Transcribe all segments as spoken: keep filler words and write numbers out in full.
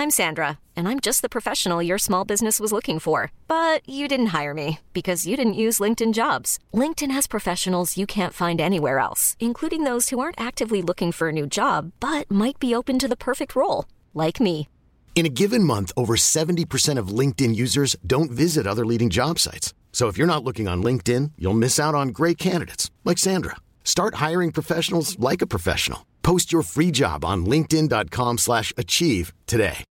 I'm Sandra, and I'm just the professional your small business was looking for. But you didn't hire me because you didn't use LinkedIn Jobs. LinkedIn has professionals you can't find anywhere else, including those who aren't actively looking for a new job, but might be open to the perfect role, like me. In a given month, over seventy percent of LinkedIn users don't visit other leading job sites. So if you're not looking on LinkedIn, you'll miss out on great candidates like Sandra. Start hiring professionals like a professional. Post your free job on linkedin.com slash achieve today.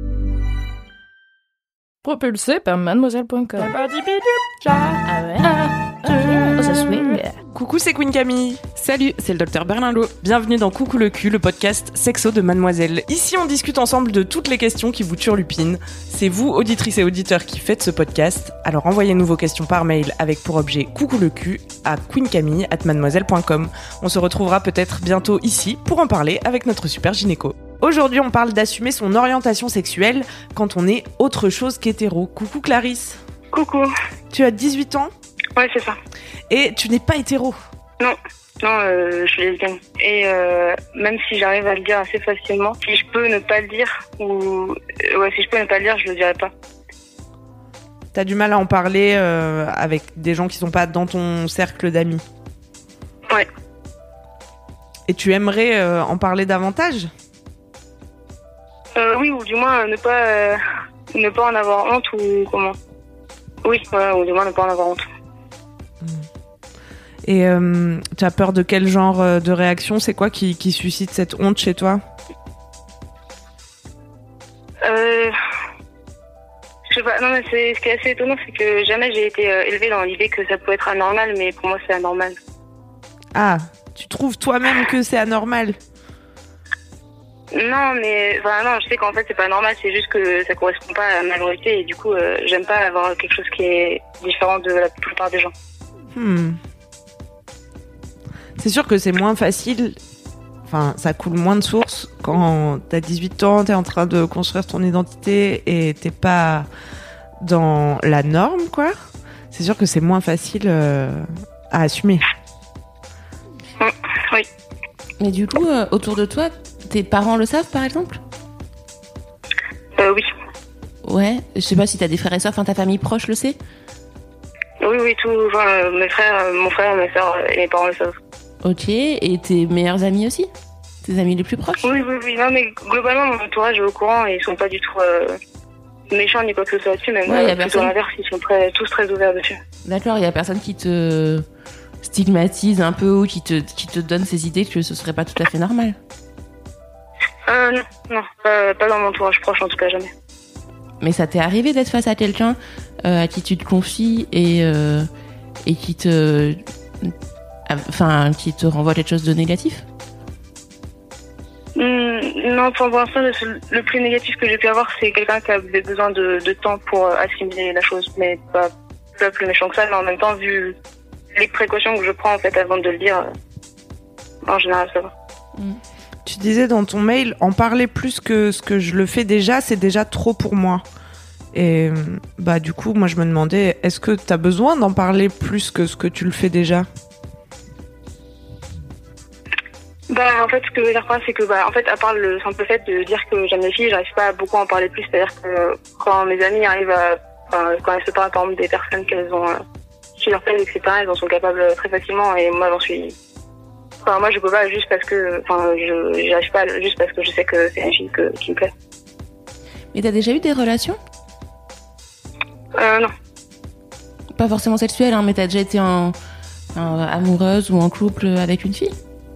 Propulsé par mademoiselle point com. Ah ouais. Oh, ça swing. Coucou, c'est Queen Camille. Salut, c'est le docteur Berlinlot. Bienvenue dans Coucou le cul, le podcast sexo de Mademoiselle. Ici, on discute ensemble de toutes les questions qui vous turlupinent. C'est vous, auditrices et auditeurs, qui faites ce podcast. Alors envoyez-nous vos questions par mail avec pour objet Coucou le cul à queencamille arobase mademoiselle point com. On se retrouvera peut-être bientôt ici pour en parler avec notre super gynéco. Aujourd'hui, on parle d'assumer son orientation sexuelle quand on est autre chose qu'hétéro. Coucou Clarisse. Coucou. Tu as dix-huit ans ? Ouais, c'est ça. Et tu n'es pas hétéro ? Non, non, euh, je suis lesbienne. Et euh, même si j'arrive à le dire assez facilement, si je peux ne pas le dire, ou euh, ouais, si je peux ne pas le dire, je le dirai pas. T'as du mal à en parler euh, avec des gens qui sont pas dans ton cercle d'amis ? Ouais. Et tu aimerais euh, en parler davantage ? Euh, oui, ou du moins euh, ne pas euh, ne pas en avoir honte, ou comment ? Oui, voilà, ou du moins ne pas en avoir honte. Et euh, tu as peur de quel genre euh, de réaction ? C'est quoi qui, qui suscite cette honte chez toi ? Euh... Je sais pas, non mais c'est, ce qui est assez étonnant, c'est que jamais j'ai été euh, élevée dans l'idée que ça pouvait être anormal, mais pour moi c'est anormal. Ah, tu trouves toi-même que c'est anormal ? Non, mais enfin, non, je sais qu'en fait c'est pas normal, c'est juste que ça correspond pas à ma majorité et du coup euh, j'aime pas avoir quelque chose qui est différent de la plupart des gens. Hmm. C'est sûr que c'est moins facile, enfin ça coule moins de source quand t'as dix-huit ans, t'es en train de construire ton identité et t'es pas dans la norme, quoi. C'est sûr que c'est moins facile euh, à assumer. Mmh, oui. Mais du coup, euh, autour de toi, tes parents le savent, par exemple ? Euh, oui. Ouais, je sais pas si t'as des frères et sœurs, enfin ta famille proche le sait ? Oui, oui, tout, enfin, euh, mes frères, euh, mon frère, mes sœurs et mes parents le savent. Ok, et tes meilleurs amis aussi ? Tes amis les plus proches ? Oui, oui, oui, non mais globalement mon entourage est au courant et ils sont pas du tout euh, méchants ni quoi que ce soit dessus, même ouais, euh, plutôt l'inverse, ils sont très, tous très ouverts dessus. D'accord, il y a personne qui te stigmatise un peu ou qui te, qui te donne ces idées que ce serait pas tout à fait normal ? Euh, non, non, pas, pas dans mon entourage proche en tout cas, jamais. Mais ça t'est arrivé d'être face à quelqu'un euh, à qui tu te confies et, euh, et qui te... Enfin, qui te renvoie quelque chose de négatif ? Mmh, non, pour l'instant, le, le plus négatif que j'ai pu avoir, c'est quelqu'un qui avait besoin de, de temps pour euh, assimiler la chose, mais pas, pas plus méchant que ça, mais en même temps, vu les précautions que je prends en fait avant de le dire, euh, en général, ça va. Mmh. Tu disais dans ton mail, en parler plus que ce que je le fais déjà, c'est déjà trop pour moi. Et bah du coup, moi je me demandais, est-ce que t'as besoin d'en parler plus que ce que tu le fais déjà ? Bah en fait, ce que je veux dire par là, c'est que bah en fait, à part le simple fait de dire que j'aime les filles, j'arrive pas à beaucoup en parler plus. C'est-à-dire que quand mes amis arrivent à, enfin, quand elles se parlent par exemple des personnes qu'elles ont euh, qui leur plaisent, et cetera, elles en sont capables très facilement. Et moi, j'en suis. Enfin, moi, je peux pas juste parce que, enfin, je j'y arrive pas juste parce que je sais que c'est une fille que, qui me plaît. Mais t'as déjà eu des relations ? Euh non. Pas forcément sexuelles, hein, mais t'as déjà été en, en amoureuse ou en couple avec une fille ?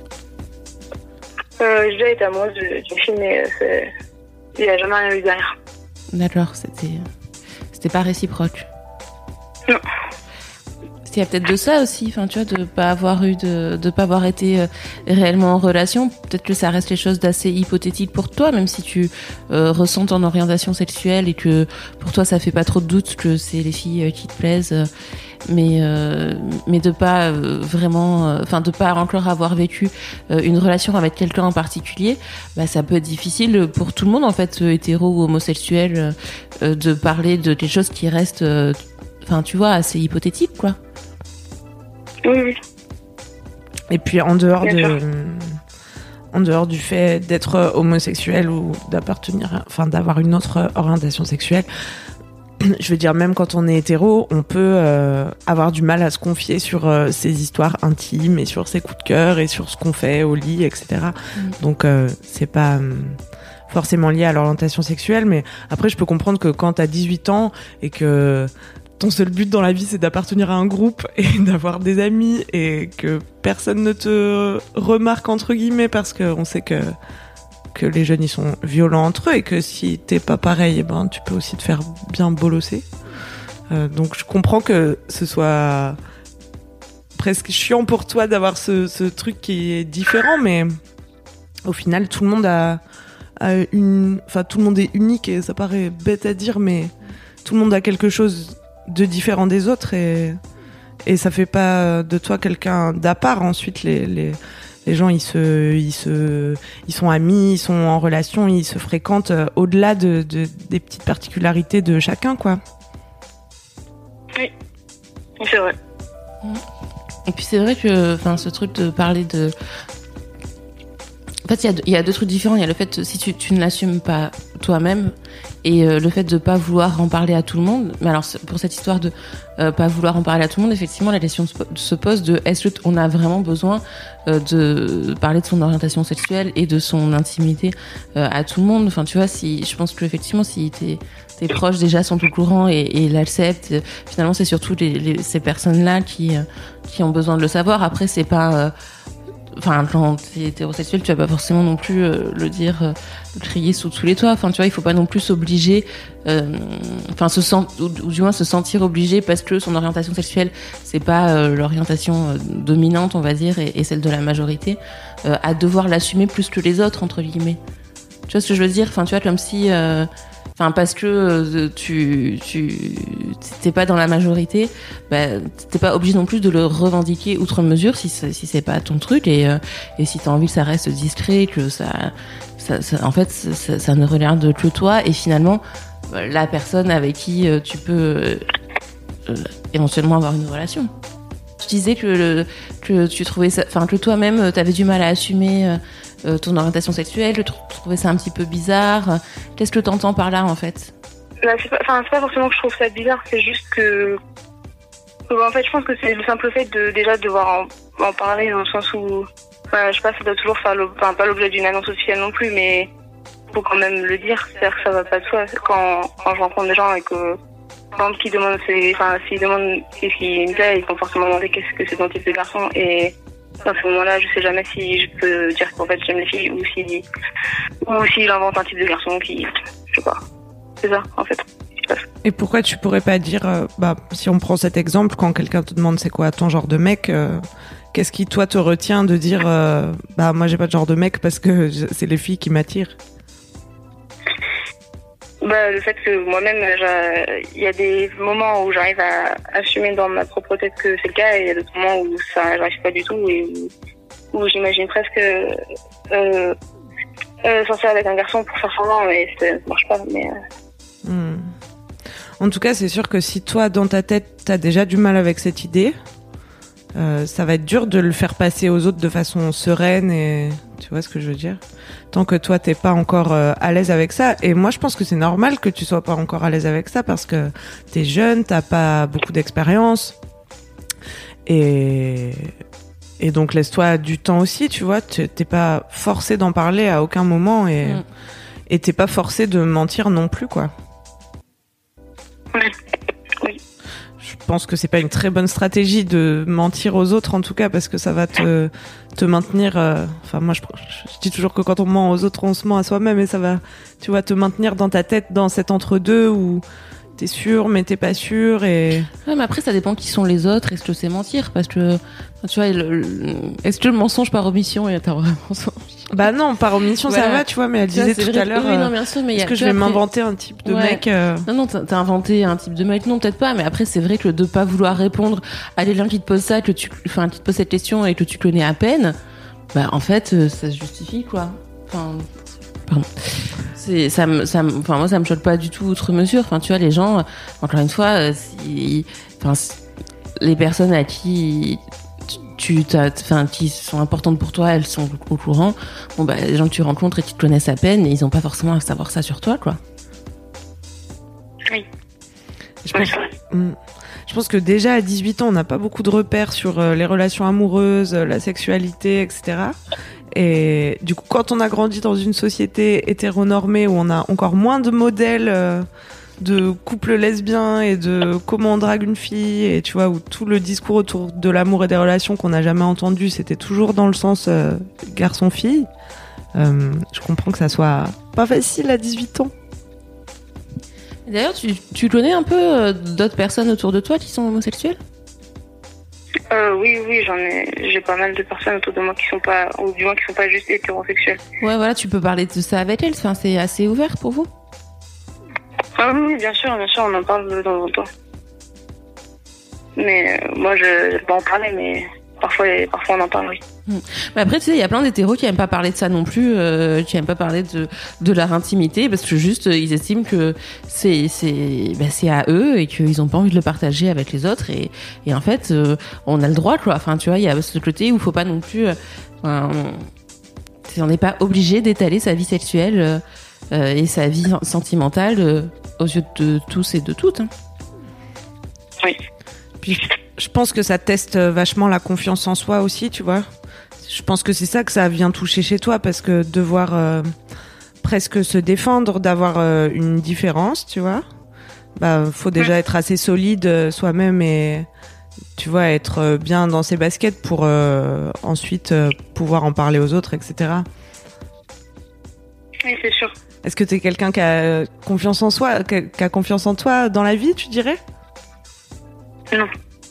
Euh, j'ai déjà été amoureuse d'une fille, mais c'est... il n'y a jamais rien eu derrière. D'accord, c'était, c'était pas réciproque. Non. Il y a peut-être de ça aussi, enfin tu vois, de pas avoir eu de, de pas avoir été euh, réellement en relation. Peut-être que ça reste les choses d'assez hypothétiques pour toi, même si tu euh, ressens ton orientation sexuelle et que pour toi ça fait pas trop de doute que c'est les filles euh, qui te plaisent. Euh, mais euh, mais de pas euh, vraiment, enfin euh, de pas encore avoir vécu euh, une relation avec quelqu'un en particulier, bah ça peut être difficile pour tout le monde en fait, euh, hétéro ou homosexuel, euh, de parler de quelque chose qui reste, enfin euh, tu vois, assez hypothétique quoi. Oui, oui. Et puis en dehors Bien de sûr. en dehors du fait d'être homosexuel ou d'appartenir, enfin d'avoir une autre orientation sexuelle. Je veux dire, même quand on est hétéro, on peut euh, avoir du mal à se confier sur euh, ses histoires intimes et sur ses coups de cœur et sur ce qu'on fait au lit, et cetera. Mmh. Donc, euh, c'est pas euh, forcément lié à l'orientation sexuelle, mais après, je peux comprendre que quand t'as dix-huit ans et que ton seul but dans la vie, c'est d'appartenir à un groupe et d'avoir des amis et que personne ne te remarque, entre guillemets, parce qu'on sait que que les jeunes ils sont violents entre eux et que si t'es pas pareil, eh ben tu peux aussi te faire bien bolosser. Euh, donc je comprends que ce soit presque chiant pour toi d'avoir ce, ce truc qui est différent, mais au final tout le monde a, a une, enfin tout le monde est unique et ça paraît bête à dire, mais tout le monde a quelque chose de différent des autres et et ça fait pas de toi quelqu'un d'à part. Ensuite les les Les gens, ils se, ils se, ils sont amis, ils sont en relation, ils se fréquentent euh, au-delà de, de, des petites particularités de chacun, quoi. Oui, c'est vrai. Et puis c'est vrai que, enfin, ce truc de parler de, en fait, il y a, il y a deux trucs différents. Il y a le fait si tu, tu ne l'assumes pas toi-même et euh, le fait de pas vouloir en parler à tout le monde. Mais alors pour cette histoire de euh, pas vouloir en parler à tout le monde, effectivement, la question se pose de est-ce qu'on a vraiment besoin euh, de parler de son orientation sexuelle et de son intimité euh, à tout le monde. Enfin, tu vois, si je pense que effectivement, si tes tes proches déjà sont au courant et, et l'acceptent, finalement, c'est surtout les, les, ces personnes-là qui euh, qui ont besoin de le savoir. Après, c'est pas euh, Enfin, quand t'es hétérosexuel, tu vas pas forcément non plus euh, le dire, euh, le crier sous tous les toits. Enfin, tu vois, il faut pas non plus s'obliger, euh, enfin, se sent, ou, ou du moins se sentir obligé parce que son orientation sexuelle, c'est pas euh, l'orientation euh, dominante, on va dire, et, et celle de la majorité, euh, à devoir l'assumer plus que les autres, entre guillemets. Tu vois ce que je veux dire? Enfin, tu vois, comme si, euh, enfin, parce que euh, tu, tu, t'es pas dans la majorité, bah, t'es pas obligé non plus de le revendiquer outre mesure si c'est, si c'est pas ton truc et, euh, et si t'as envie que ça reste discret, que ça, ça, ça en fait, ça, ça ne regarde que toi et finalement, la personne avec qui euh, tu peux euh, euh, éventuellement avoir une relation. Tu disais que, le, que tu trouvais ça, enfin, que toi-même, t'avais du mal à assumer euh, Euh, ton orientation sexuelle, tu trouvais ça un petit peu bizarre. Qu'est-ce que t'entends par là en fait? Bah, c'est pas, enfin, c'est pas forcément que je trouve ça bizarre, c'est juste que, que en fait, je pense que c'est le simple fait de déjà devoir en, en parler dans le sens où, enfin, je sais pas, ça doit toujours faire, le, enfin, pas l'objet d'une annonce officielle non plus, mais faut quand même le dire, c'est-à-dire que ça va pas de soi quand, quand je rencontre des gens et que, par exemple, qui demandent, c'est, enfin, s'ils demandent qu'est-ce qui me plaît, ils vont forcément demander qu'est-ce que c'est ton type de garçon et dans ce moment-là, je sais jamais si je peux dire qu'en fait j'aime les filles ou si, ou si j'invente un type de garçon qui, je sais pas. C'est ça, en fait. Et pourquoi tu pourrais pas dire, euh, bah, si on prend cet exemple, quand quelqu'un te demande c'est quoi ton genre de mec, euh, qu'est-ce qui toi te retient de dire, euh, bah moi j'ai pas de genre de mec parce que c'est les filles qui m'attirent? Bah, le fait que moi-même, il y a des moments où j'arrive à assumer dans ma propre tête que c'est le cas, et il y a d'autres moments où ça j'arrive pas du tout, et où, où j'imagine presque euh, euh, sortir avec un garçon pour faire semblant, mais ça marche pas. Mais euh... hmm. En tout cas, c'est sûr que si toi, dans ta tête, t'as déjà du mal avec cette idée, euh, ça va être dur de le faire passer aux autres de façon sereine, et tu vois ce que je veux dire? Tant que toi t'es pas encore euh, à l'aise avec ça, et moi je pense que c'est normal que tu sois pas encore à l'aise avec ça parce que t'es jeune, t'as pas beaucoup d'expérience, et et donc laisse-toi du temps aussi, tu vois. T'es pas forcé d'en parler à aucun moment, et mm. et t'es pas forcé de mentir non plus, quoi. Oui. Je pense que c'est pas une très bonne stratégie de mentir aux autres, en tout cas, parce que ça va te te maintenir. Euh... Enfin, moi, je, je dis toujours que quand on ment aux autres, on se ment à soi-même, et ça va, tu vois, te maintenir dans ta tête, dans cet entre-deux où t'es sûr, mais t'es pas sûr. Et ouais, mais après, ça dépend qui sont les autres. Est-ce que c'est mentir? Parce que, tu vois, le, le, est-ce que le mensonge par omission est un vrai mensonge? Bah non, par omission, voilà. Ça va, tu vois, mais elle disait tout vrai, à l'heure, oui, non, bien sûr, mais est-ce que je vais après... m'inventer un type de ouais. mec euh... Non, non, t'as, t'as inventé un type de mec, non, peut-être pas, mais après, c'est vrai que de pas vouloir répondre à quelqu'un qui te pose ça, que tu, enfin, qui te pose cette question et que tu connais à peine, bah, en fait, ça se justifie, quoi. Enfin, pardon. C'est, ça me, ça me, enfin, moi, ça me choque pas du tout outre mesure. Enfin, tu vois, les gens, encore une fois, si, enfin, les personnes à qui tu t'as, enfin, qui sont importantes pour toi, elles sont au courant. Bon, bah, les gens que tu rencontres et qui te connaissent à peine, ils ont pas forcément à savoir ça sur toi, quoi. Oui. Je pense, mm, je pense que déjà à dix-huit ans, on n'a pas beaucoup de repères sur euh, les relations amoureuses, euh, la sexualité, et cetera. Et du coup, quand on a grandi dans une société hétéronormée où on a encore moins de modèles euh, de couple lesbien et de comment on drague une fille, et tu vois, où tout le discours autour de l'amour et des relations qu'on n'a jamais entendu, c'était toujours dans le sens euh, garçon-fille. Euh, je comprends que ça soit pas facile à dix-huit ans. D'ailleurs, tu, tu connais un peu euh, d'autres personnes autour de toi qui sont homosexuelles ? Euh, oui, oui, j'en ai, j'ai pas mal de personnes autour de moi qui sont pas, ou du moins qui sont pas juste hétérosexuelles. Ouais, voilà, tu peux parler de ça avec elles. Enfin, c'est assez ouvert pour vous ? Ah oui, bien sûr, bien sûr, on en parle de temps en temps. Mais euh, moi, je vais pas en parler, mais parfois, parfois on en parle, oui. Mmh. Mais après, tu sais, il y a plein d'hétéros qui aiment pas parler de ça non plus, euh, qui aiment pas parler de de leur intimité parce que juste euh, ils estiment que c'est c'est bah, c'est à eux et qu'ils ont pas envie de le partager avec les autres et et en fait euh, on a le droit quoi. Enfin, tu vois, il y a ce côté où faut pas non plus, euh, on on n'est pas obligé d'étaler sa vie sexuelle euh, et sa vie sentimentale euh, aux yeux de tous et de toutes. Hein. Oui. Puis je pense que ça teste vachement la confiance en soi aussi, tu vois. Je pense que c'est ça que ça vient toucher chez toi, parce que devoir euh, presque se défendre, d'avoir euh, une différence, tu vois, bah faut déjà ouais. être assez solide euh, soi-même et tu vois être bien dans ses baskets pour euh, ensuite euh, pouvoir en parler aux autres, et cetera. Oui, c'est sûr. Est-ce que t'es quelqu'un qui a confiance en soi, qui a, qui a confiance en toi dans la vie, tu dirais ? Non.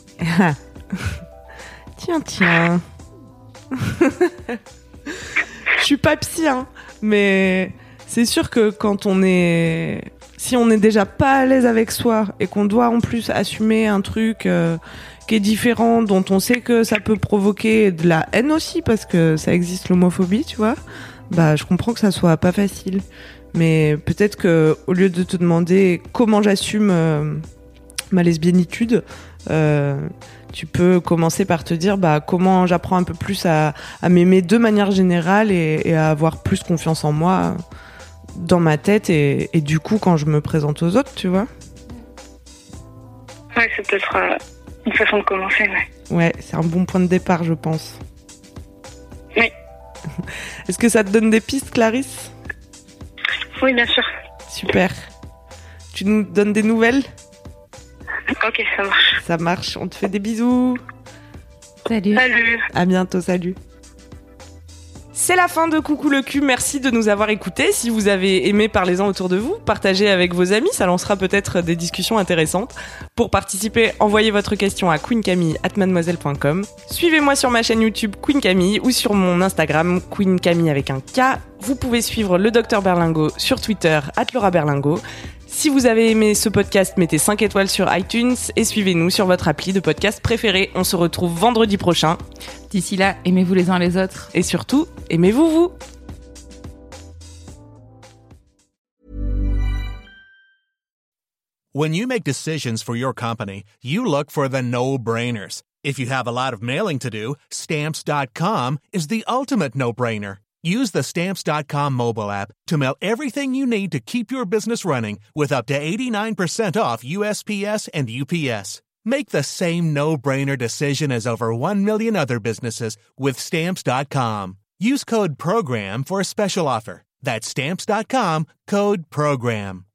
Tiens, tiens. Je suis pas psy, hein, mais c'est sûr que quand on est, si on est déjà pas à l'aise avec soi et qu'on doit en plus assumer un truc euh, qui est différent, dont on sait que ça peut provoquer de la haine aussi, parce que ça existe l'homophobie, tu vois, bah je comprends que ça soit pas facile. Mais peut-être que au lieu de te demander comment j'assume euh, ma lesbiennitude, euh, tu peux commencer par te dire bah comment j'apprends un peu plus à, à m'aimer de manière générale et, et à avoir plus confiance en moi dans ma tête et, et du coup quand je me présente aux autres, tu vois. Ouais, c'est peut-être euh, une façon de commencer, ouais. Ouais, c'est un bon point de départ, je pense. Oui. Est-ce que ça te donne des pistes, Clarisse ? Oui, bien sûr. Super. Tu nous donnes des nouvelles ? Ok, ça marche. Ça marche, on te fait des bisous. Salut. Salut. À bientôt, salut. C'est la fin de Coucou le cul, merci de nous avoir écoutés. Si vous avez aimé, parlez-en autour de vous, partagez avec vos amis, ça lancera peut-être des discussions intéressantes. Pour participer, envoyez votre question à queencamille arobase mademoiselle point com. Suivez-moi sur ma chaîne YouTube Queen Camille ou sur mon Instagram Queen Camille avec un K. Vous pouvez suivre le docteur Berlingot sur Twitter arobase Laura Berlingot. Si vous avez aimé ce podcast, mettez cinq étoiles sur iTunes et suivez-nous sur votre appli de podcast préféré. On se retrouve vendredi prochain. D'ici là, aimez-vous les uns les autres. Et surtout, aimez-vous vous. When you make decisions for your company, you look for the no-brainers. If you have a lot of mailing to do, Stamps dot com is the ultimate no-brainer. Use the Stamps dot com mobile app to mail everything you need to keep your business running with up to eighty-nine percent off U S P S and U P S. Make the same no-brainer decision as over one million other businesses with Stamps dot com. Use code PROGRAM for a special offer. That's Stamps dot com, code PROGRAM.